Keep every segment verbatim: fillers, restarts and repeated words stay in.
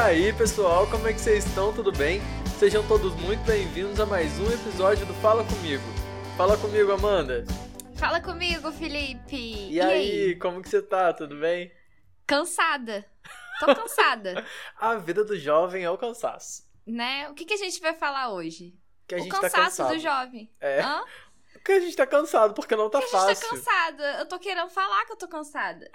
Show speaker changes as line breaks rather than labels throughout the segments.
aí, pessoal, como é que vocês estão? Tudo bem? Sejam todos muito bem-vindos a mais um episódio do Fala Comigo. Fala comigo, Amanda.
Fala comigo, Felipe.
E, e aí, aí, como que você tá? Tudo bem?
Cansada. Tô cansada.
A vida do jovem é o cansaço.
Né? O que, que a gente vai falar hoje?
Que a
o
gente
cansaço
tá cansado.
do jovem.
É.
Hã?
Porque a gente tá cansado, porque não tá
porque
fácil.
A gente tá cansada. Eu tô querendo falar que eu tô cansada.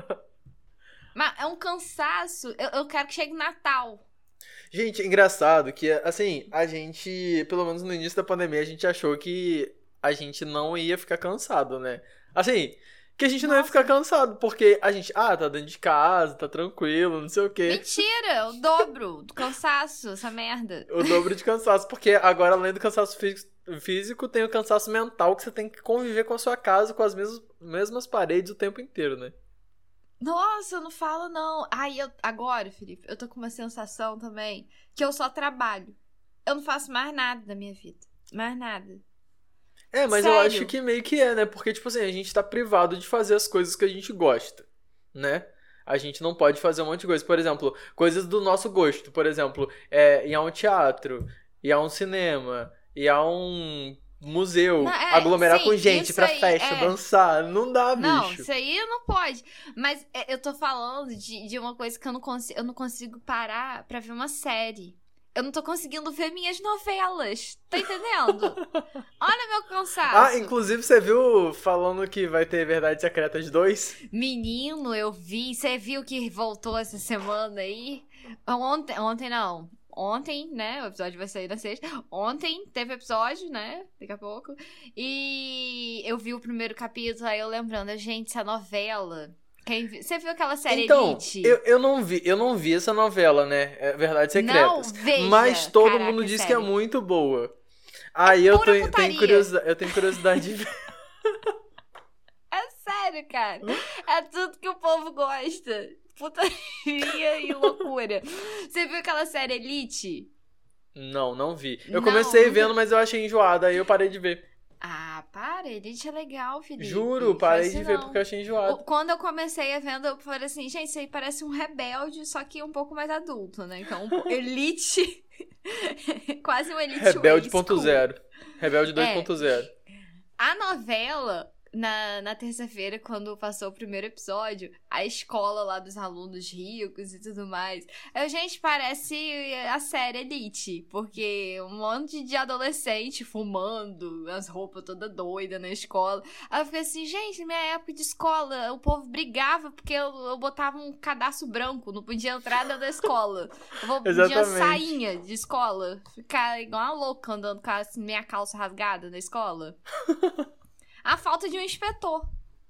Mas é um cansaço. Eu, eu quero que chegue Natal.
Gente, engraçado que, assim, a gente, pelo menos no início da pandemia, a gente achou que a gente não ia ficar cansado, né? Assim, que a gente Nossa. não ia ficar cansado, porque a gente, ah, tá dentro de casa, tá tranquilo, não sei o quê.
Mentira, o dobro do cansaço, essa merda.
O dobro de cansaço, porque agora, além do cansaço físico, tem o cansaço mental, que você tem que conviver com a sua casa, com as mesmas, mesmas paredes o tempo inteiro, né?
Nossa, eu não falo não. Ai, eu, agora, Felipe, eu tô com uma sensação também que eu só trabalho. Eu não faço mais nada da minha vida. Mais nada.
É, mas
Sério?
eu acho que meio que é, né? Porque, tipo assim, a gente tá privado de fazer as coisas que a gente gosta, né? A gente não pode fazer um monte de coisa. Por exemplo, coisas do nosso gosto. Por exemplo, é, ir a um teatro, ir a um cinema, ir a um museu,
não, é,
aglomerar
sim,
com gente pra
aí,
festa,
é...
dançar. Não dá, bicho.
Não, isso aí não pode. Mas é, eu tô falando de, de uma coisa que eu não, consigo, eu não consigo parar pra ver uma série. Eu não tô conseguindo ver minhas novelas. Tá entendendo? Olha meu cansaço.
Ah, inclusive você viu falando que vai ter Verdades Secretas dois?
Menino, eu vi. Você viu que voltou essa semana aí? Ontem, ontem não. Ontem, né? O episódio vai sair na sexta. Ontem teve episódio, né? Daqui a pouco. E eu vi o primeiro capítulo, aí eu lembrando, gente, essa novela... Quem viu? Você viu aquela série
então,
Elite?
Eu, eu, não vi, eu não vi essa novela, né? É Verdades Secretas.
Não, veja.
Mas todo
Caraca,
mundo diz
sério.
que é muito boa. Aí
é
eu, tô,
putaria.
tenho curiosidade, eu tenho curiosidade de ver.
É sério, cara. É tudo que o povo gosta. Putaria e loucura. Você viu aquela série Elite?
Não, não vi. Eu
Não,
comecei
nunca...
vendo, mas eu achei enjoada, aí eu parei de ver.
Ah, para, Elite é legal, Felipe.
Juro, parei
Faz
de
isso
ver
não.
porque eu achei enjoado.
Quando eu comecei a vendo, eu falei assim, gente, isso aí parece um Rebelde, só que um pouco mais adulto, né? Então, um Elite, quase um Elite
Rebelde ponto zero. Rebelde dois ponto zero.
É. A novela... Na, na terça-feira, quando passou o primeiro episódio, a escola lá dos alunos ricos e tudo mais. Eu, gente, parece a série Elite, porque um monte de adolescente fumando, as roupas todas doidas na escola. Aí eu fiquei assim, gente, na minha época de escola, o povo brigava porque eu, eu botava um cadastro branco, não podia entrar dentro da escola. Eu vou podia sainha de escola, ficar igual uma louca andando com a minha calça rasgada na escola. A falta de um inspetor.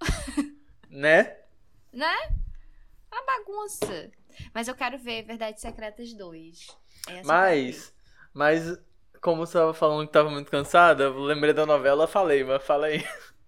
Né?
Né? Uma bagunça. Mas eu quero ver Verdades Secretas dois. Essa
mas, mas, como você tava falando que tava muito cansada, eu lembrei da novela, falei, mas fala aí.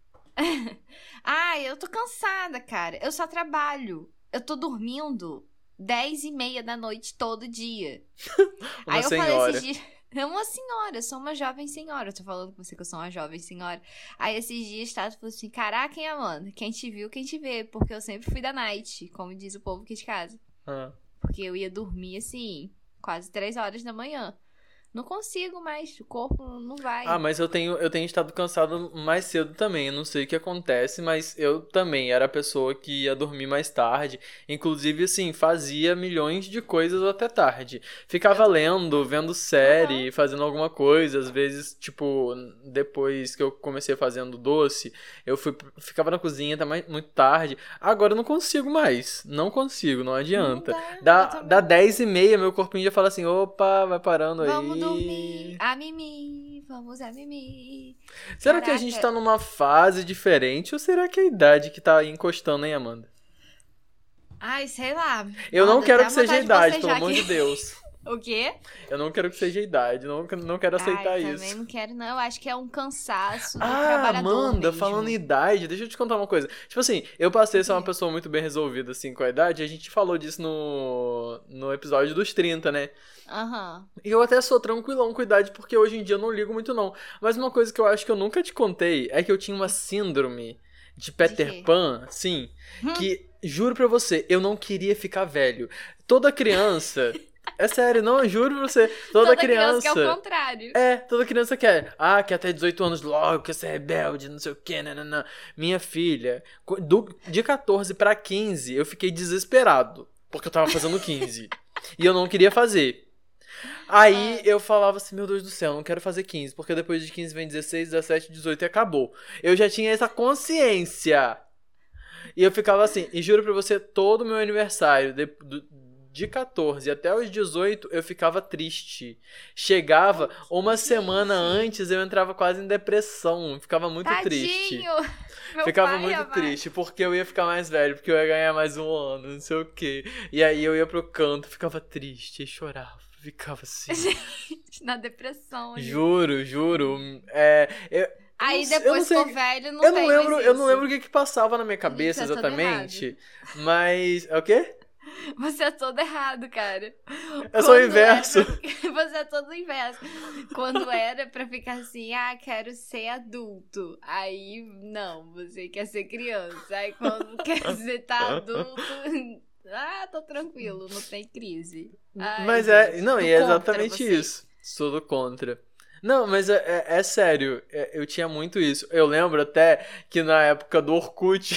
Ai, eu tô cansada, cara. Eu só trabalho. Eu tô dormindo dez e meia da noite todo dia.
Uma
Aí eu
senhora.
falei esses dias... É uma senhora, eu sou uma jovem senhora. Eu tô falando com você que eu sou uma jovem senhora. Aí esses dias, Tato falou assim, caraca, hein, Amanda? Quem te viu, quem te vê. Porque eu sempre fui da night, como diz o povo aqui de casa.
Ah.
Porque eu ia dormir, assim, quase três horas da manhã. Não consigo mais, o corpo não vai.
Ah, mas eu tenho, eu tenho estado cansado mais cedo também. Eu não sei o que acontece, mas eu também era a pessoa que ia dormir mais tarde. Inclusive, assim, fazia milhões de coisas até tarde. Ficava lendo, vendo série, uhum. fazendo alguma coisa. Às vezes, tipo, depois que eu comecei fazendo doce, eu fui, ficava na cozinha até mais, muito tarde. Agora eu não consigo mais. Não consigo, não adianta.
Não dá,
dá, dá dez e meia, meu corpinho já fala assim, opa, vai parando
Vamos
aí.
dormir, a mimir, vamos a mimir.
Será
Caraca.
que a gente tá numa fase diferente ou será que é a idade que tá encostando, hein, Amanda?
Ai, sei lá.
Eu não
Manda,
quero que seja a
de
idade, pelo
aqui.
amor de Deus.
O quê?
Eu não quero que seja a idade, não, não quero aceitar
Ai,
isso.
também não quero, não. Eu acho que é um cansaço do
ah,
trabalhador
Amanda,
mesmo.
falando em idade, deixa eu te contar uma coisa. Tipo assim, eu passei a ser uma pessoa muito bem resolvida, assim, com a idade, e a gente falou disso no, no episódio dos trinta, né?
Aham.
E eu até sou tranquilão com a idade, porque hoje em dia eu não ligo muito, não. Mas uma coisa que eu acho que eu nunca te contei é que eu tinha uma síndrome de Peter
De
Pan, sim, que, juro pra você, eu não queria ficar velho. Toda criança... É sério, não, eu juro pra você. Toda,
Toda
criança...
criança quer o contrário.
É, toda criança quer. Ah, quer até dezoito anos logo, quer ser rebelde, não sei o que, nananã. Minha filha, do, de catorze pra quinze, eu fiquei desesperado. Porque eu tava fazendo quinze. E eu não queria fazer. Aí
Ah.
eu falava assim, meu Deus do céu, eu não quero fazer quinze. Porque depois de quinze vem dezesseis, dezessete, dezoito e acabou. Eu já tinha essa consciência. E eu ficava assim, e juro pra você, todo o meu aniversário, de, do, de catorze até os dezoito, eu ficava triste. Chegava, uma semana antes, eu entrava quase em depressão. Ficava muito
Tadinho.
triste.
Meu
Ficava
pai
muito
amado.
triste, porque eu ia ficar mais velho, porque eu ia ganhar mais um ano, não sei o quê. E aí eu ia pro canto, ficava triste, e chorava. Ficava assim.
Na depressão. ali.
Juro, juro. É, eu,
Aí
eu não- eu
depois
não sei-
ficou velho, não
eu
tem
não lembro,
mais
eu não
isso.
lembro o que que passava na minha cabeça
Isso é todo
exatamente, mas é o quê?
Você é todo errado, cara.
Eu sou o
Quando
inverso.
era pra- Você é todo o inverso. Quando era pra ficar assim, ah, quero ser adulto. Aí, não, você quer ser criança. Aí quando quer ser tá adulto, ah, tô tranquilo, não tem crise. Ai,
Mas é,
gente,
não,
tô
e é
contra
exatamente
você.
isso. Sou do contra. Não, mas é, é- é sério, é- eu tinha muito isso. Eu lembro até que na época do Orkut,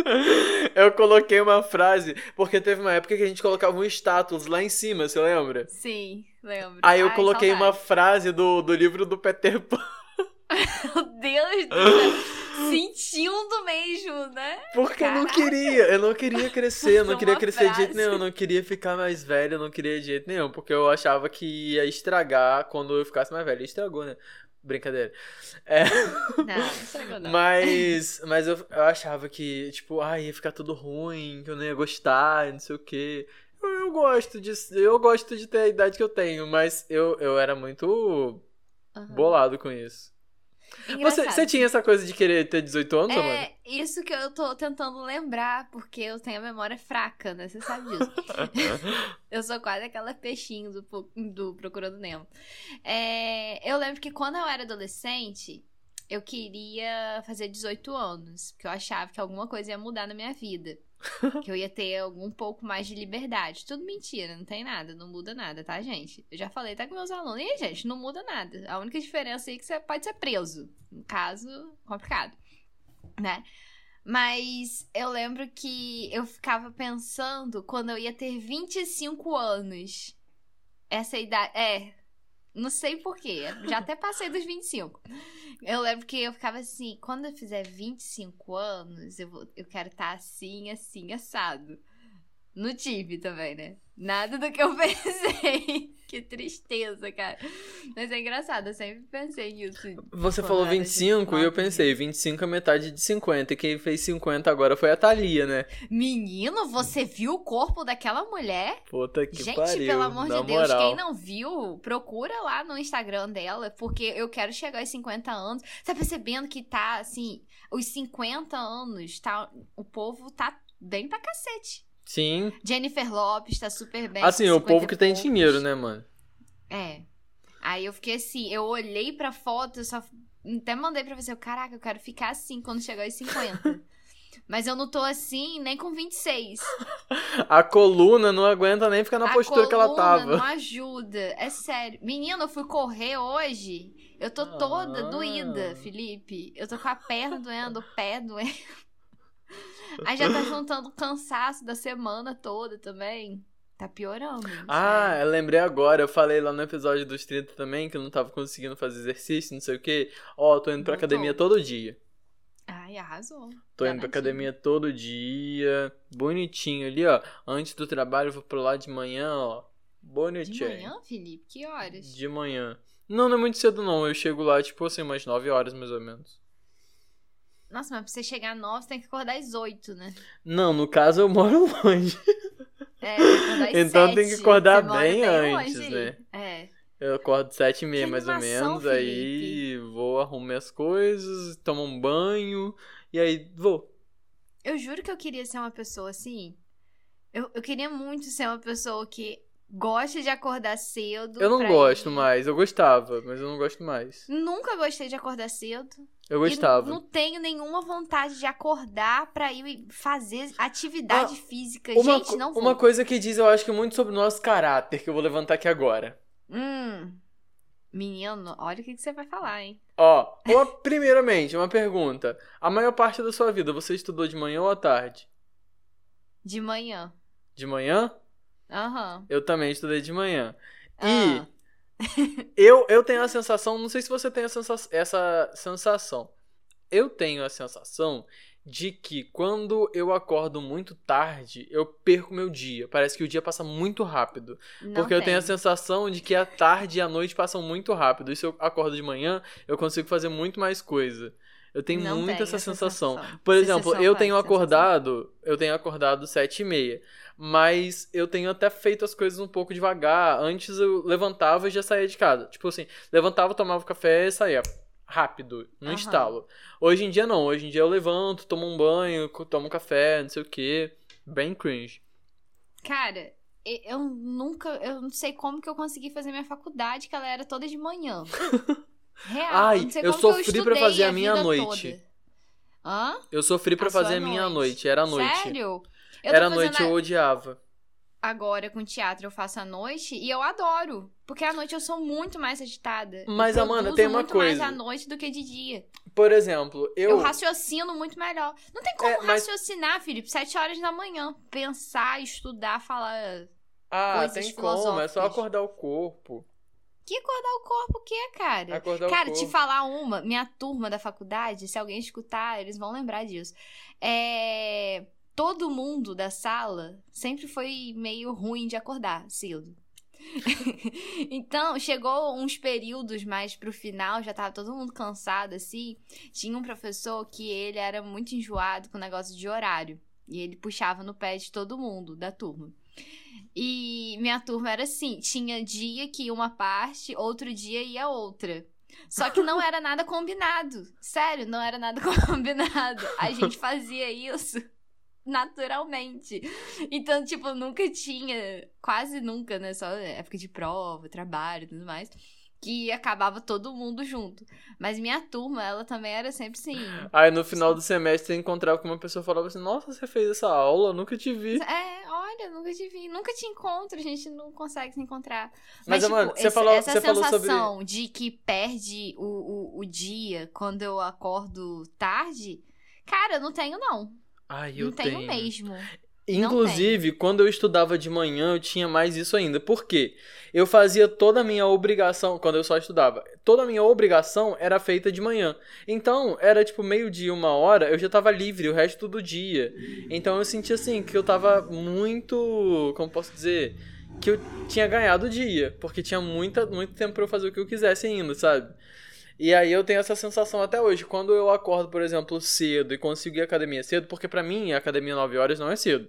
eu coloquei uma frase, porque teve uma época que a gente colocava um status lá em cima, você lembra?
Sim, lembro.
Aí eu
Ai,
coloquei uma
saudade.
frase do, do livro do Peter Pan.
Meu Deus do céu. Sentindo mesmo, né?
Porque eu não
Caraca.
queria, eu não queria crescer, eu não
Uma
queria crescer de jeito
frase.
nenhum, eu não queria ficar mais velho, eu não queria de jeito nenhum, porque eu achava que ia estragar quando eu ficasse mais velho. E estragou, né? Brincadeira. É,
Não, não estragou não.
mas mas eu, eu achava que, tipo, ai, ia ficar tudo ruim, que eu não ia gostar, não sei o quê. Eu, eu gosto de, eu gosto de ter a idade que eu tenho, mas eu, eu era muito
Aham.
bolado com isso. Você,
Engraçado.
você tinha essa coisa de querer ter dezoito anos, Amanda?
É isso que eu tô tentando lembrar, porque eu tenho a memória fraca, né? Você sabe disso. Eu sou quase aquela peixinho do, Pro- do Procurando Nemo. É, eu lembro que quando eu era adolescente, eu queria fazer dezoito anos, porque eu achava que alguma coisa ia mudar na minha vida. Que eu ia ter algum pouco mais de liberdade. Tudo mentira, não tem nada, não muda nada, tá, gente? Eu já falei até com meus alunos. E, gente, não muda nada. A única diferença aí é que você pode ser preso. No caso, complicado, né? Mas eu lembro que eu ficava pensando quando eu ia ter vinte e cinco anos. Essa idade. É. Não sei porquê. Já até passei dos vinte e cinco. Eu lembro que eu ficava assim, quando eu fizer vinte e cinco anos, eu, vou, eu quero estar assim, assim, assado. Não tive também, né? Nada do que eu pensei. Que tristeza, cara. Mas é engraçado, eu sempre pensei nisso.
Você
quando
falou
eu era
vinte e cinco e eu
nove,
pensei, vinte e cinco é metade de cinquenta. E quem fez cinquenta agora foi a Thalia, né?
Menino, você viu o corpo daquela mulher?
Puta que
Gente,
pariu.
pelo amor
na
de Deus,
moral.
quem não viu, procura lá no Instagram dela, porque eu quero chegar aos cinquenta anos. Você tá percebendo que tá, assim, os cinquenta anos, tá, o povo tá bem pra cacete.
Sim.
Jennifer Lopes tá super bem.
Assim,
com
o povo
cinquenta
que
e
tem
poucos.
dinheiro, né, mano?
É. Aí eu fiquei assim, eu olhei pra foto, eu só até mandei pra você, eu, caraca, eu quero ficar assim quando chegar aos cinquenta. Mas eu não tô assim nem com vinte e seis.
A coluna não aguenta nem ficar na
A
postura que ela
coluna
tava.
não ajuda, é sério. Menina, eu fui correr hoje, eu tô toda
Ah.
doída, Felipe. Eu tô com a perna doendo, o pé doendo. Aí já tá juntando o cansaço da semana toda também. Tá piorando.
Ah,
sério.
eu lembrei agora, eu falei lá no episódio dos trinta também que eu não tava conseguindo fazer exercício, não sei o quê. Ó, tô indo pra
Voltou.
academia todo dia.
Ai, arrasou.
Tô indo pra academia todo dia, bonitinho ali, ó. Antes do trabalho eu vou pro lá de manhã, ó.
De
Bonitinho.
manhã, Felipe? Que horas?
De manhã. Não, não é muito cedo não, eu chego lá tipo assim, umas nove horas mais ou menos.
Nossa, mas pra você chegar às nove, você tem que acordar às oito, né?
Não, no caso eu moro longe.
É, tem que acordar às
Então
sete.
tem que acordar
Você mora
bem
longe.
antes, né?
É.
Eu acordo sete e meia
Que
mais ou
animação,
menos, aí vou, arrumo minhas coisas, tomo um banho e aí vou.
Eu juro que eu queria ser uma pessoa assim. Eu, eu queria muito ser uma pessoa que gosta de acordar cedo.
Eu não
pra
gosto
ir.
mais. Eu gostava, mas eu não gosto mais.
Nunca gostei de acordar cedo.
Eu gostava.
E não tenho nenhuma vontade de acordar pra ir fazer atividade
Ah,
física.
Uma,
Gente, não vou.
uma coisa que diz, eu acho que muito sobre o nosso caráter, que eu vou levantar aqui agora.
Hum. Menino, olha o que, que você vai falar, hein?
Ó, uma, primeiramente, uma pergunta. A maior parte da sua vida, você estudou de manhã ou à tarde?
De manhã.
De manhã?
Aham.
Eu também estudei de manhã.
Ah.
E eu, eu tenho a sensação, não sei se você tem a sensa- essa sensação. Eu tenho a sensação de que quando eu acordo muito tarde, eu perco meu dia. Parece que o dia passa muito rápido.
Não
Porque eu tenho a
tem.
sensação de que a tarde e a noite passam muito rápido. E se eu acordo de manhã, eu consigo fazer muito mais coisa. Eu tenho
Não
muito
tenho
essa
essa
sensação.
sensação.
Por
Você
exemplo,
só
eu
faz
tenho
sensação.
acordado, eu tenho acordado sete e meia. Mas eu tenho até feito as coisas um pouco devagar. Antes eu levantava e já saía de casa. Tipo assim, levantava, tomava café e saía. Rápido, no
Aham.
estalo. Hoje em dia não. Hoje em dia eu levanto, tomo um banho, co- tomo um café, não sei o quê. Bem cringe.
Cara, e- eu nunca. Eu não sei como que eu consegui fazer minha faculdade, que ela era toda de manhã. Real.
Ai,
não sei
eu
como que eu
sofri pra
estudei
fazer a
a
minha
vida
noite.
toda. Hã?
Eu sofri pra
A sua
fazer a minha
noite.
noite. Era a noite.
Sério? Eu
Era
tô
a noite,
fazendo
eu
a-
odiava.
agora com teatro, eu faço à noite e eu adoro. Porque à noite eu sou muito mais agitada.
Mas,
eu
Amanda,
produzo
tem uma
muito mais
coisa.
à noite do que de dia.
Por exemplo,
Eu,
eu...
raciocino muito melhor. Não tem como
É, mas-
raciocinar, Felipe, sete horas da manhã. Pensar, estudar, falar.
Ah,
coisas
tem como. É só
filosóficas.
acordar o corpo.
Que acordar o corpo o quê, cara?
Acordar o
Cara,
corpo.
te falar uma, minha turma da faculdade, se alguém escutar, eles vão lembrar disso. É... Todo mundo da sala sempre foi meio ruim de acordar cedo. Então, chegou uns períodos mais pro final, já tava todo mundo cansado, assim. Tinha um professor que ele era muito enjoado com o negócio de horário. E ele puxava no pé de todo mundo da turma. E minha turma era assim, tinha dia que ia uma parte, outro dia ia outra. Só que não era nada combinado. Sério, não era nada combinado. A gente fazia isso naturalmente. Então, tipo, nunca tinha, quase nunca, né? Só época de prova, trabalho e tudo mais, que acabava todo mundo junto. Mas minha turma, ela também era sempre assim.
Aí no final do semestre você encontrava com uma pessoa e falava assim, nossa, você fez essa aula, eu nunca te vi.
É, olha, nunca te vi, nunca te encontro, a gente não consegue se encontrar.
Mas,
Mas,
Amanda,
tipo,
você
esse-
falou-
essa
você falou sobre-
sensação de que perde o, o, o dia quando eu acordo tarde, cara, eu não tenho, não.
Ai, eu
não tenho,
tenho.
mesmo.
Inclusive, quando eu estudava de manhã, eu tinha mais isso ainda. Por quê? Eu fazia toda a minha obrigação, quando eu só estudava, toda a minha obrigação era feita de manhã. Então, era tipo meio-dia, uma hora, eu já tava livre o resto do dia. Então eu sentia assim, que eu tava muito, como posso dizer, que eu tinha ganhado o dia. Porque tinha muita, muito tempo pra eu fazer o que eu quisesse ainda, sabe? E aí eu tenho essa sensação até hoje. Quando eu acordo, por exemplo, cedo e consigo ir à academia cedo, porque pra mim a academia nove horas não é cedo.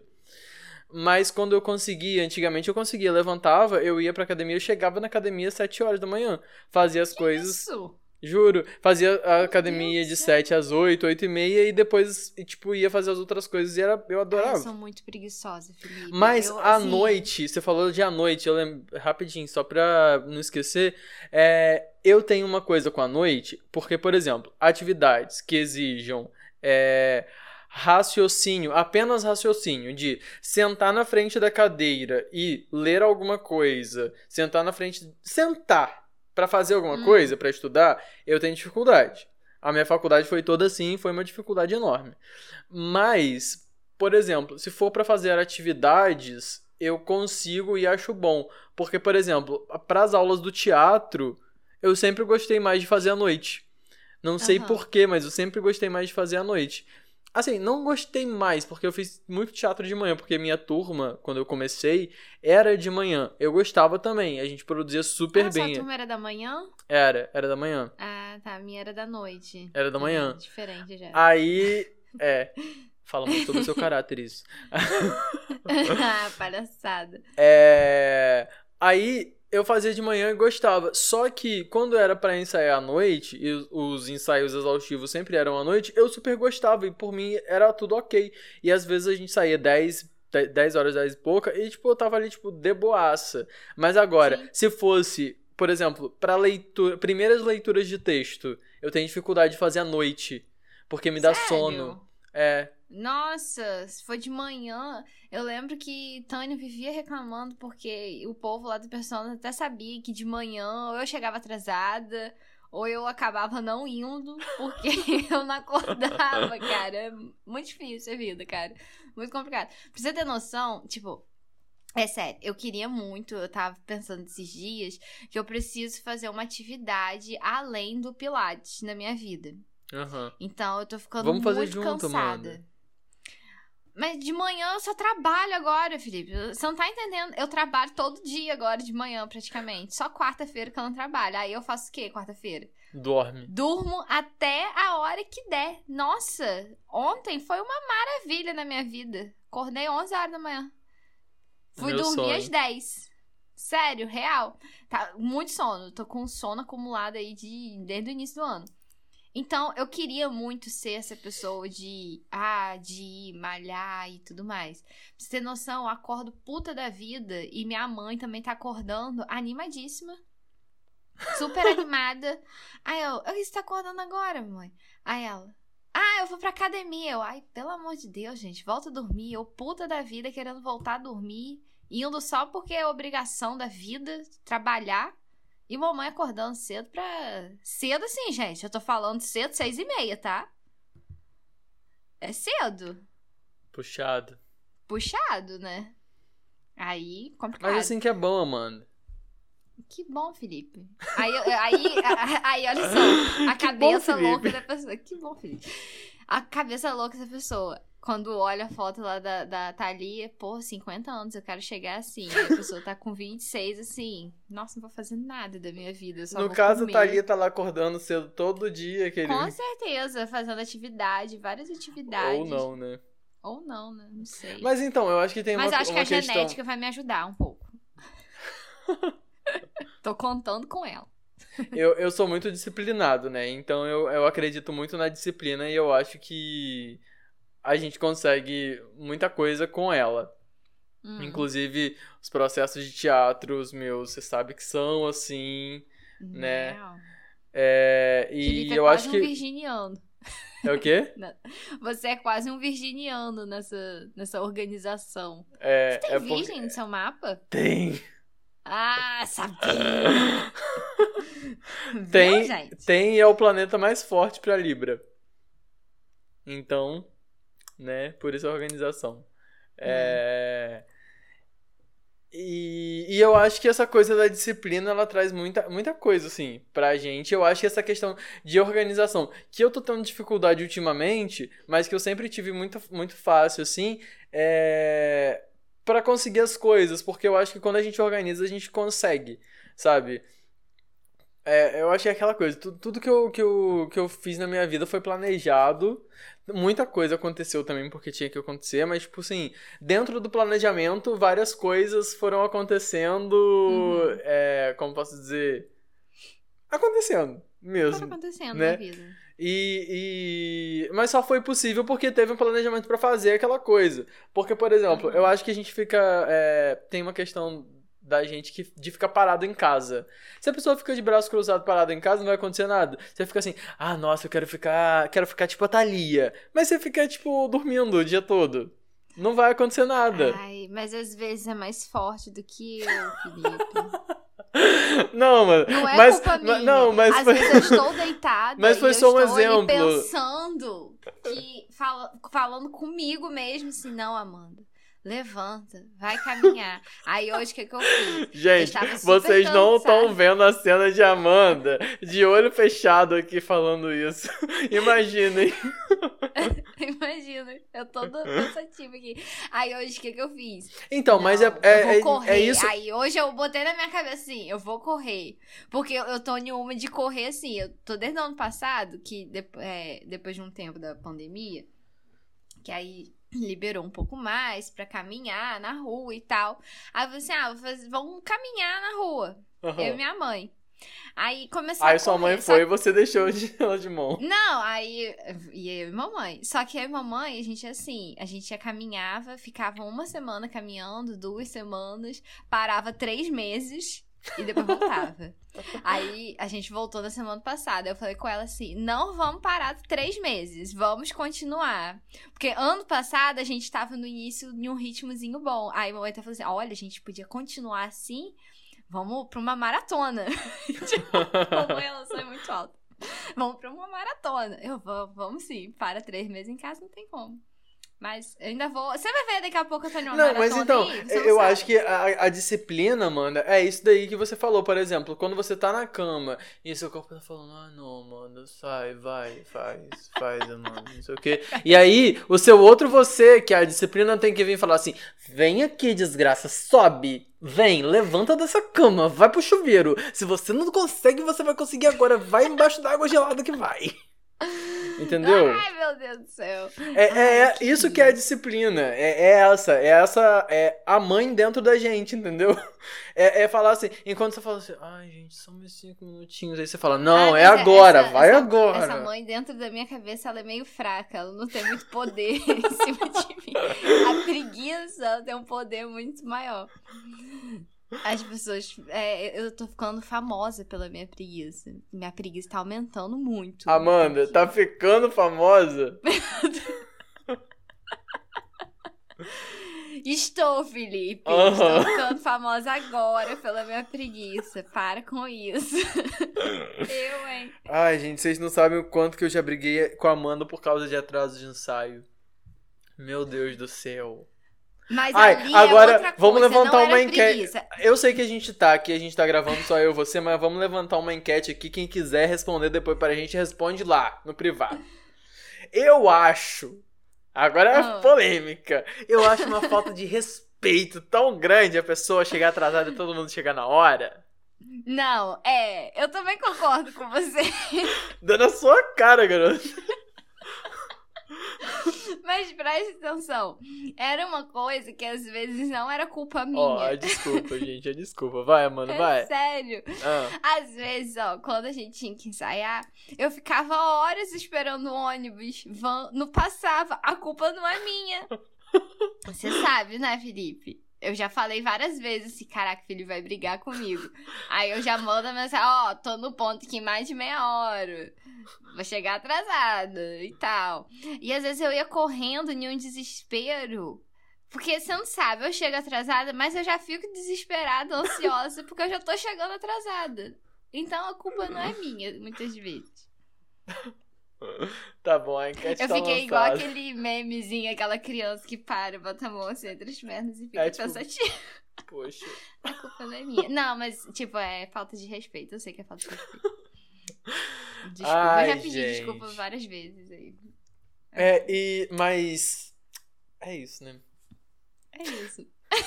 Mas quando eu conseguia, antigamente eu conseguia, levantava, eu ia pra academia, eu chegava na academia às sete horas da manhã. Fazia as coisas,
Isso.
juro, fazia a academia
Deus
de
do céu.
sete às oito, oito e meia e depois, e, tipo, ia fazer as outras coisas e era, eu
Ai,
adorava.
eu sou muito preguiçosa, Felipe.
Mas
eu,
à
assim,
noite, você falou de à noite, eu lembro, rapidinho, só pra não esquecer, é, eu tenho uma coisa com a noite, porque, por exemplo, atividades que exijam é, raciocínio, apenas raciocínio, de sentar na frente da cadeira e ler alguma coisa, sentar na frente, sentar pra fazer alguma
Hum.
coisa, pra estudar, eu tenho dificuldade. A minha faculdade foi toda assim, foi uma dificuldade enorme. Mas, por exemplo, se for pra fazer atividades, eu consigo e acho bom. Porque, por exemplo, para as aulas do teatro, eu sempre gostei mais de fazer à noite. Não sei
Aham.
porquê, mas eu sempre gostei mais de fazer à noite. Assim, não gostei mais, porque eu fiz muito teatro de manhã, porque minha turma, quando eu comecei, era de manhã. Eu gostava também, a gente produzia super
ah,
bem.
sua turma era da manhã?
Era, era da manhã.
Ah, tá. A minha era da noite.
Era da manhã.
Uhum, diferente já.
Aí, é, fala muito sobre o seu caráter isso.
Ah, palhaçada.
É, aí eu fazia de manhã e gostava. Só que quando era pra ensaiar à noite, e os- os ensaios exaustivos sempre eram à noite, eu super gostava e por mim era tudo ok. E às vezes a gente saía dez dez horas, dez e pouca, e, tipo, eu tava ali, tipo, de boaça. Mas agora,
Sim.
se fosse, por exemplo, pra leitura, primeiras leituras de texto, eu tenho dificuldade de fazer à noite, porque me dá
Sério?
sono. É,
Nossa, se for de manhã, eu lembro que Tânia vivia reclamando porque o povo lá do Persona até sabia que de manhã ou eu chegava atrasada ou eu acabava não indo porque eu não acordava, cara. É muito difícil a vida, cara. Muito complicado. Pra você ter noção, tipo, é sério, eu queria muito, eu tava pensando esses dias que eu preciso fazer uma atividade além do Pilates na minha vida.
aham.
Então eu tô ficando
Vamos fazer
muito
junto,
cansada.
Amanda.
Mas de manhã eu só trabalho agora, Felipe. Você não tá entendendo? Eu trabalho todo dia agora de manhã, praticamente. Só quarta-feira que eu não trabalho. Aí eu faço o quê quarta-feira?
Dorme.
Durmo até a hora que der. Nossa, ontem foi uma maravilha na minha vida. Acordei onze horas da manhã. Fui
Meu
dormir
sonho.
às dez. Sério, real. Tá muito sono. Tô com sono acumulado aí de, desde o início do ano. Então, eu queria muito ser essa pessoa de, ah, de ir malhar e tudo mais. Pra você ter noção, eu acordo puta da vida e minha mãe também tá acordando animadíssima. Super animada. Aí eu, eu, você tá acordando agora, mãe? Aí ela, ah, eu vou pra academia. Eu, ai, pelo amor de Deus, gente, volta a dormir. Eu puta da vida querendo voltar a dormir, indo só porque é obrigação da vida, trabalhar. E mamãe acordando cedo pra... Cedo assim, gente. Eu tô falando cedo, seis e meia, tá? É cedo.
Puxado.
Puxado, né? Aí, complicado.
Mas assim que é bom, Amanda.
Que bom, Felipe. Aí, aí, aí, olha só. A cabeça
bom,
louca da pessoa. Que bom, Felipe. A cabeça louca da pessoa. Quando olha a foto lá da, da Thalia, pô, cinquenta anos, eu quero chegar assim. Aí a pessoa tá com vinte e seis, assim. Nossa, não vou fazer nada da minha vida. Eu só
No
vou
caso,
comer.
a Thalia tá lá acordando cedo todo dia, querido.
Com certeza, fazendo atividade, várias atividades.
Ou não, né?
Ou não, né? Não sei. Mas,
Mas então, eu acho que tem uma,
acho que
uma
a
questão...
genética vai me ajudar um pouco. Tô contando com ela.
Eu, eu sou muito disciplinado, né? Então eu, eu acredito muito na disciplina e eu acho que a gente consegue muita coisa com ela.
Hum.
Inclusive, os processos de teatro, os meus, você sabe que são assim, né?
Não.
É, e
Felipe é
eu
quase
acho
um
que...
virginiano.
É o quê?
Você é quase um virginiano nessa, nessa organização.
É,
Você tem
é
virgem
porque...
no seu mapa?
Tem!
Ah, sabia!
Tem,
Viu, gente?
tem e é o planeta mais forte pra Libra. Então, né? Por isso a organização. É... E, e eu acho que essa coisa da disciplina, ela traz muita, muita coisa, assim, pra gente. Eu acho que essa questão de organização, que eu tô tendo dificuldade ultimamente, mas que eu sempre tive muito, muito fácil, assim, é... pra conseguir as coisas, porque eu acho que quando a gente organiza, a gente consegue, sabe? É, eu acho que é aquela coisa, tudo, tudo que, eu, que, eu, que eu fiz na minha vida foi planejado, muita coisa aconteceu também porque tinha que acontecer, mas tipo assim, dentro do planejamento, várias coisas foram acontecendo,
Uhum.
é, como posso dizer, acontecendo mesmo,
Tá acontecendo
né?
na vida.
E, e... Mas só foi possível porque teve um planejamento pra fazer aquela coisa. Porque, por exemplo,
Uhum.
eu acho que a gente fica... é, tem uma questão da gente que, de ficar parado em casa. Se a pessoa fica de braço cruzado parado em casa, não vai acontecer nada. Você fica assim, ah, nossa, eu quero ficar... Quero ficar tipo a Thalia. Mas você fica, tipo, dormindo o dia todo. Não vai acontecer nada.
Ai, mas às vezes é mais forte do que eu, Felipe.
Não, mano.
Não é
mas,
culpa
ma-
minha.
Não, mas
Às
foi...
vezes eu estou deitada
Mas foi
e eu
só um
estou ali
exemplo.
pensando que fala, falando comigo mesmo assim, não, Amanda, levanta, vai caminhar. Aí hoje o que, que eu fiz? Eu
Gente,
estava super
vocês não estão
cansada.
vendo a cena de Amanda de olho fechado aqui falando isso. Imaginem.
Imagina, eu toda pensativa aqui. Aí hoje o que, que eu fiz?
Então,
Não,
mas é,
eu
é,
vou
é,
correr.
é isso.
Aí hoje eu botei na minha cabeça assim, eu vou correr. Porque eu, eu tô em uma de correr assim. Eu tô desde o ano passado, que de, é, depois de um tempo da pandemia, que aí liberou um pouco mais pra caminhar na rua e tal. Aí eu falei assim, ah, vou fazer, vamos caminhar na rua.
Aham.
Eu e minha mãe. Aí começou
Aí
a
sua mãe
correr,
foi
só
e você deixou de- ela de mão.
Não, aí ia eu e mamãe. Só que eu e mamãe, a gente assim, a gente ia caminhava, ficava uma semana caminhando, duas semanas, parava três meses e depois voltava. Aí a gente voltou na semana passada. Eu falei com ela assim: não vamos parar três meses, vamos continuar. Porque ano passado a gente tava no início de um ritmozinho bom. Aí mamãe até falou assim: olha, a gente podia continuar assim. Vamos pra uma maratona. Mamãe, ela sai muito alta. Vamos pra uma maratona. Eu vou, vamos sim. Para três meses em casa não tem como. Mas eu ainda vou. Você vai ver daqui a pouco eu tô numa
Não,
maratona
mas então,
aí, você não
eu
sabe.
acho que a, a disciplina, Amanda, é isso daí que você falou, por exemplo, quando você tá na cama e seu corpo tá falando, ah, não, Amanda, sai, vai, faz, faz, Amanda, não sei o quê. E aí, o seu outro você, que a disciplina tem que vir falar assim, vem aqui, desgraça, sobe, vem, levanta dessa cama, vai pro chuveiro. Se você não consegue, você vai conseguir agora, vai embaixo da água gelada que vai. Entendeu?
Ai, meu Deus do céu.
É, é,
Ai,
é isso que é a disciplina. É, é essa. É essa. É a mãe dentro da gente, entendeu? É, é falar assim. Enquanto você fala assim, ai, gente, só mais cinco minutinhos. Aí você fala, não,
Ai,
é
mas
agora,
essa-
vai
essa-
agora.
Essa mãe dentro da minha cabeça, ela é meio fraca. Ela não tem muito poder em cima de mim. A preguiça, ela tem um poder muito maior. As pessoas... é, eu tô ficando famosa pela minha preguiça. Minha preguiça tá aumentando muito.
Amanda, tá ficando famosa?
Estou, Felipe.
Aham.
Estou ficando famosa agora pela minha preguiça. Para com isso. Eu, hein?
Ai, gente, vocês não sabem o quanto que eu já briguei com a Amanda por causa de atraso de ensaio. Meu Deus do céu.
Mas
Ai,
ali
agora
é outra
vamos
coisa,
levantar
não era
uma enquete.
preguiça.
Eu sei que a gente tá aqui, a gente tá gravando só eu e você, mas vamos levantar uma enquete aqui. Quem quiser responder depois pra gente, responde lá, no privado. Eu acho, agora é
Ah.
polêmica, eu acho uma falta de respeito tão grande a pessoa chegar atrasada e todo mundo chegar na hora.
Não, é, eu também concordo com você.
Dando a sua cara, garoto.
Mas preste atenção. Era uma coisa que às vezes não era culpa minha.
Ó, desculpa, gente, é desculpa. Vai, Amanda,
É
vai.
sério.
Ah.
Às vezes, ó, quando a gente tinha que ensaiar, eu ficava horas esperando o ônibus, van, não passava. A culpa não é minha. Você sabe, né, Felipe? Eu já falei várias vezes assim, caraca, o Felipe vai brigar comigo. Aí eu já mando a mensagem, ó, tô no ponto aqui em mais de meia hora. Vou chegar atrasada e tal. E às vezes eu ia correndo em um desespero. Porque você não sabe, eu chego atrasada, mas eu já fico desesperada, ansiosa, porque eu já tô chegando atrasada. Então a culpa não é minha, muitas vezes.
Tá bom, a enquete
Eu
tá
fiquei igual
lançada.
aquele memezinho, aquela criança que para, bota a mão assim entre as pernas e fica
É, tipo-
pensativa.
Poxa.
A culpa não é minha. Não, mas, tipo, é falta de respeito. Eu sei que é falta de respeito. Desculpa,
Ai,
eu já pedi
gente.
desculpa várias vezes aí.
É, e... Mas... É isso, né?
É isso.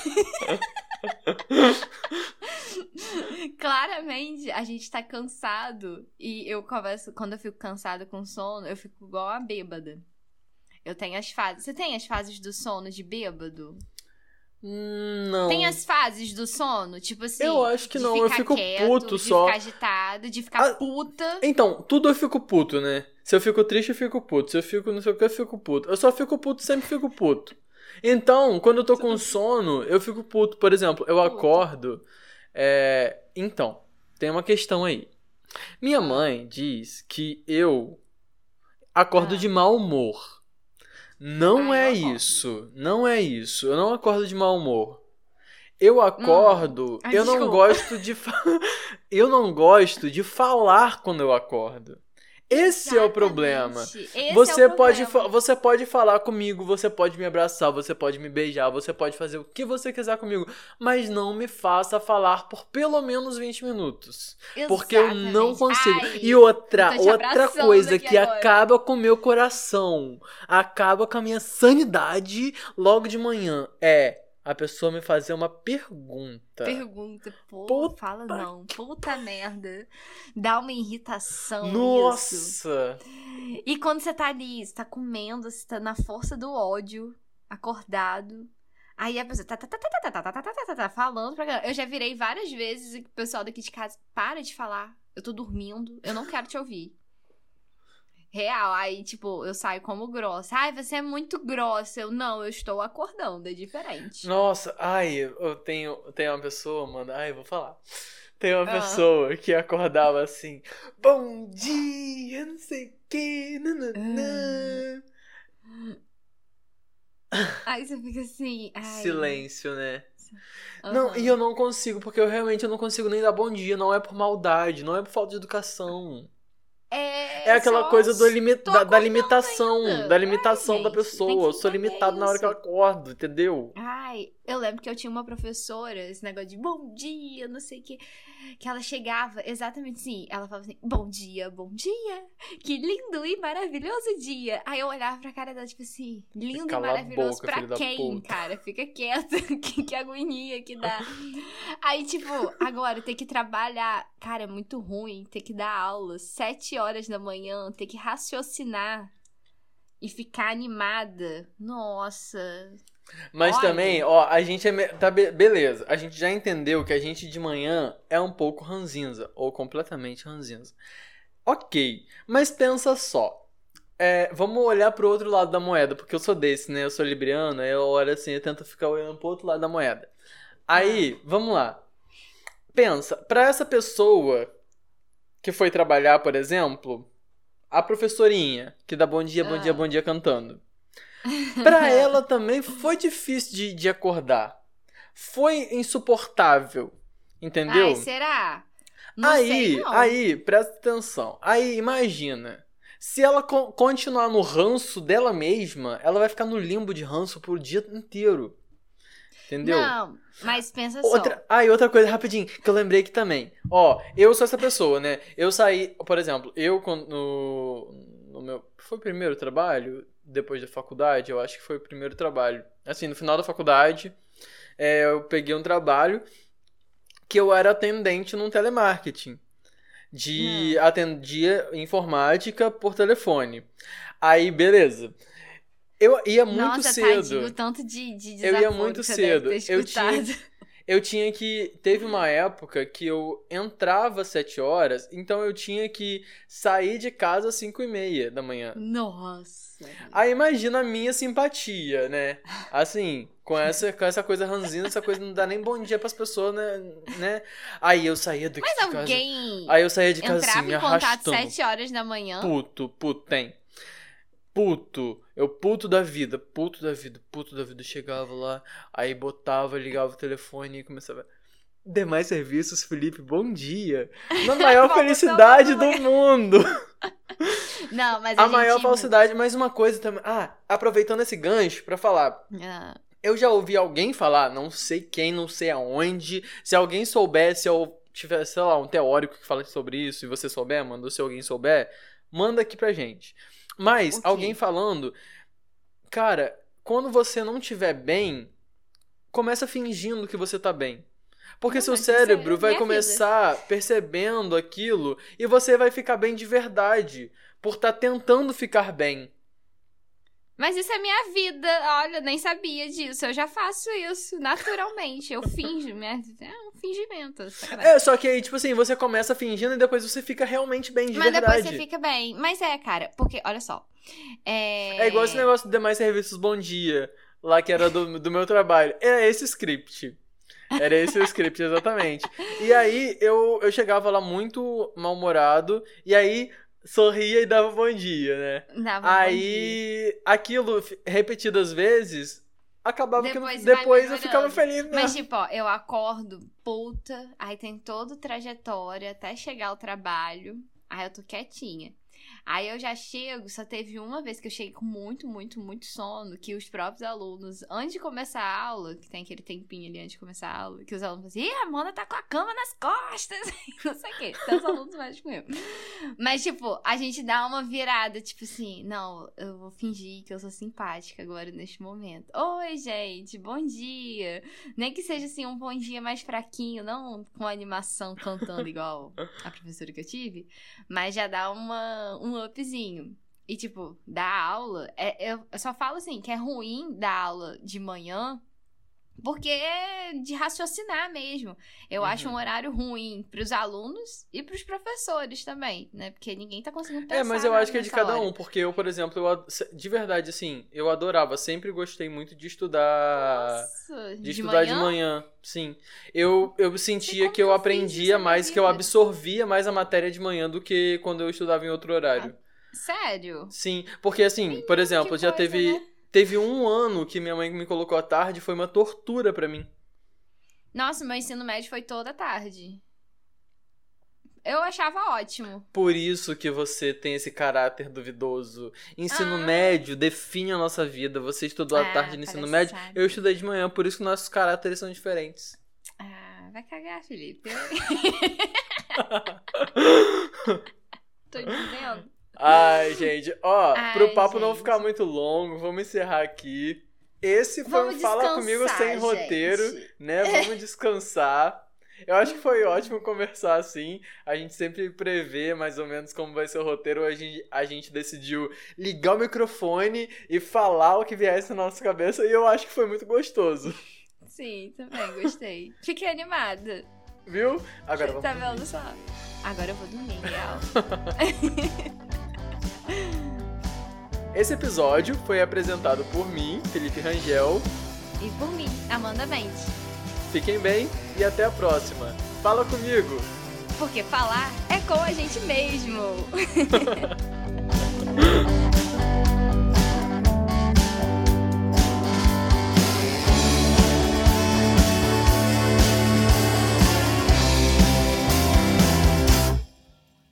Claramente, a gente tá cansado. E eu converso, quando eu fico cansada com sono, eu fico igual a bêbada. Eu tenho as fases. Você tem as fases do sono de bêbado?
Hum, Não.
Tem as fases do sono? Tipo assim.
Eu acho que
de
não, eu
ficar
fico
quieto,
puto
de
só.
ficar agitado, de ficar
Ah,
puta.
Então, tudo eu fico puto, né? Se eu fico triste, eu fico puto. Se eu fico não sei o que, eu fico puto. Eu só fico puto, sempre fico puto. Então, quando eu tô com sono, eu fico puto. Por exemplo, eu
Puto.
acordo... é, Então, tem uma questão aí. Minha mãe diz que eu acordo
Ah.
de mau humor. Não
Ah,
é
eu acordo.
isso. Não é isso. Eu não acordo de mau humor. Eu acordo...
Ah,
eu não
desculpa.
gosto de... fa- eu não gosto de falar quando eu acordo. Esse é o problema.
Exatamente. Esse
Você,
é o
pode
problema.
fa- você pode falar comigo, você pode me abraçar, você pode me beijar, você pode fazer o que você quiser comigo, mas não me faça falar por pelo menos vinte minutos. Porque eu não
Exatamente.
consigo.
Ai,
E outra,
eu tô te
outra
abraçando
coisa
aqui
que
agora.
acaba com o meu coração, acaba com a minha sanidade logo de manhã é a pessoa me fazer uma pergunta.
Pergunta, pô,
Puta
fala não. Puta merda. Dá uma irritação isso.
Nossa!
E quando você tá ali, você tá comendo, você tá na força do ódio, acordado. Aí a pessoa tá, tá, tá, tá, tá, tá, tá, tá, tá, tá, tá, tá, falando pra caramba. Eu já virei várias vezes e o pessoal daqui de casa, para de falar. Eu tô dormindo, eu não quero te ouvir. Real, aí, tipo, eu saio como grossa. Ai, você é muito grossa. Eu, não, eu estou acordando, é diferente.
Nossa, ai, eu tenho, tenho uma pessoa, mano, ai, eu vou falar. Tem uma
Ah.
pessoa que acordava assim, bom dia, não sei o que, nananã.
Aí você fica assim, ai.
Silêncio, né?
Uhum.
Não, e eu não consigo, porque eu realmente eu não consigo nem dar bom dia, não é por maldade, não é por falta de educação.
É,
É aquela
só
coisa do limi
tô
da, da
acordando
limitação,
ainda.
da limitação
Ai,
da
gente, tem
pessoa.
que
Eu sou
entender
limitado na hora que eu
isso.
acordo, entendeu?
Ai, eu lembro que eu tinha uma professora, esse negócio de bom dia, não sei o que, que ela chegava exatamente assim, ela falava assim, bom dia, bom dia, que lindo e maravilhoso dia. Aí eu olhava pra cara dela, tipo assim, lindo
Cala
e
a
maravilhoso
boca,
pra
filho da
quem,
puta.
cara? Fica quieto, que, que agonia que dá. Aí, tipo, agora ter que trabalhar, cara, é muito ruim, ter que dar aula sete horas da manhã, ter que raciocinar e ficar animada. Nossa...
Mas
Olha.
também, ó, a gente é. me- Tá, be- beleza. A gente já entendeu que a gente de manhã é um pouco ranzinza. Ou completamente ranzinza. Ok. Mas pensa só. É, vamos olhar pro outro lado da moeda. Porque eu sou desse, né? Eu sou libriano. Aí eu olho assim, eu tento ficar olhando pro outro lado da moeda. Aí, vamos lá. Pensa, pra essa pessoa que foi trabalhar, por exemplo, a professorinha que dá bom dia, bom dia,
Ah.
bom dia cantando. Pra ela também foi difícil de, de acordar. Foi insuportável. Entendeu?
Ai, será? Não
aí,
sei, não.
aí, presta atenção. Aí, imagina. Se ela co- continuar no ranço dela mesma, ela vai ficar no limbo de ranço por dia inteiro. Entendeu?
Não, mas pensa
Outra,
só.
ah, e outra coisa, rapidinho, que eu lembrei aqui também. Ó, eu sou essa pessoa, né? Eu saí, por exemplo, eu quando- no, no meu... Foi o primeiro trabalho? Depois da faculdade? Eu acho que foi o primeiro trabalho. Assim, no final da faculdade, é, eu peguei um trabalho que eu era atendente num telemarketing. De atendia informática por telefone. Aí, beleza. Eu ia muito
Nossa,
cedo.
tadinho, o tanto de, de
Eu
desaforo
ia muito
que você
cedo.
deve ter
Eu
escutado.
tinha, eu tinha que... Teve uma época que eu entrava às sete horas, então eu tinha que sair de casa às cinco e meia da manhã.
Nossa.
Aí imagina a minha simpatia, né? Assim, com essa, com essa coisa ranzinza, essa coisa não dá nem bom dia pras pessoas, né? né? Aí eu saía daqui
Mas
de casa...
alguém
Aí eu saía de casa
entrava
assim, me
em contato
arrastando.
sete horas da manhã?
Puto, puto, tem. Puto, eu puto da vida, puto da vida, puto da vida. Chegava lá, aí botava, ligava o telefone e começava. Demais serviços, Felipe, bom dia. Na maior
Volta
felicidade
todo
do mundo.
Não, mas a,
A maior
gente...
falsidade, mais uma coisa também. Ah, aproveitando esse gancho pra falar.
Ah,
Eu já ouvi alguém falar, não sei quem, não sei aonde. Se alguém soubesse ou tiver, sei lá, um teórico que fala sobre isso e você souber, manda, se alguém souber, manda aqui pra gente. Mas,
O quê?
alguém falando, cara, quando você não estiver bem, começa fingindo que você tá bem. Porque
Não,
seu
mas isso
cérebro
é
vai
minha
começar percebendo aquilo e você vai ficar bem de verdade, por estar tentando ficar bem.
Mas isso é minha vida. Olha, eu nem sabia disso. Eu já faço isso naturalmente. Eu finjo. Minha... É um fingimento. Sacanagem.
É, só que aí, tipo assim, você começa fingindo e depois você fica realmente bem de
Mas
verdade.
depois você fica bem. Mas é, cara, porque, olha só. É,
É igual esse negócio do Demais Serviços Bom Dia, lá que era do, do meu trabalho. Era esse o script. Era esse o script, exatamente. E aí, eu, eu chegava lá muito mal-humorado, e aí sorria e dava bom dia, né?
Dava um bom dia.
Aí, aquilo f- repetidas vezes, acabava
Depois
que
vai
eu, depois eu
melhorando.
ficava feliz mesmo.
Mas, tipo, ó, eu acordo puta, aí tem toda trajetória até chegar ao trabalho, aí eu tô quietinha. Aí eu já chego, só teve uma vez que eu cheguei com muito, muito, muito sono, que os próprios alunos, antes de começar a aula, que tem aquele tempinho ali antes de começar a aula, que os alunos falam assim, ih, a Amanda tá com a cama nas costas, não sei o quê, então os alunos mais comigo. Mas, tipo, a gente dá uma virada, tipo assim, não, eu vou fingir que eu sou simpática agora neste momento. Oi, gente, bom dia. Nem que seja, assim, um bom dia mais fraquinho, não com animação cantando igual a professora que eu tive, mas já dá uma, um upzinho. E, tipo, dar aula, é, eu, eu só falo assim, que é ruim dar aula de manhã Porque é de raciocinar mesmo. Eu
Uhum.
acho um horário ruim pros alunos e pros professores também, né? Porque ninguém tá conseguindo pensar
É, mas eu
nada
acho que é de
nessa
cada
hora.
um, porque eu, por exemplo, eu, ad- de verdade, assim, eu adorava, sempre gostei muito de estudar,
Nossa,
de
de
estudar de
manhã?
manhã, sim. Eu, eu sentia
como
que eu
que eu fiz
aprendia
isso na minha
mais, que eu
vida?
absorvia mais a matéria de manhã do que quando eu estudava em outro horário.
Sério?
Sim, porque assim, por
Menino, que
exemplo, já
coisa, né?
teve, teve um ano que minha mãe me colocou à tarde, foi uma tortura pra mim.
Nossa, meu ensino médio foi toda tarde. Eu achava ótimo.
Por isso que você tem esse caráter duvidoso. Ensino
Ah.
médio define a nossa vida. Você estudou à
Ah,
tarde no ensino médio,
palhaçada.
eu estudei de manhã, por isso que nossos caráteres são diferentes.
Ah, vai cagar, Felipe. Tô dizendo.
Ai, gente, ó,
Ai,
pro papo não
gente.
ficar muito longo, vamos encerrar aqui. Esse foi
Vamos
um Fala Comigo
descansar,
sem roteiro,
gente.
né? Vamos descansar. Eu acho que foi ótimo conversar assim. A gente sempre prevê mais ou menos como vai ser o roteiro. A gente, a gente decidiu ligar o microfone e falar o que viesse na nossa cabeça. E eu acho que foi muito gostoso.
Sim, também gostei. Fiquei animada.
Viu? Agora
Você
vamos
tá
dormir.
vendo só? Agora eu vou dormir, real.
Esse episódio foi apresentado por mim, Felipe Rangel.
E por mim, Amanda Mendes.
Fiquem bem e até a próxima. Fala comigo!
Porque falar é com a gente mesmo.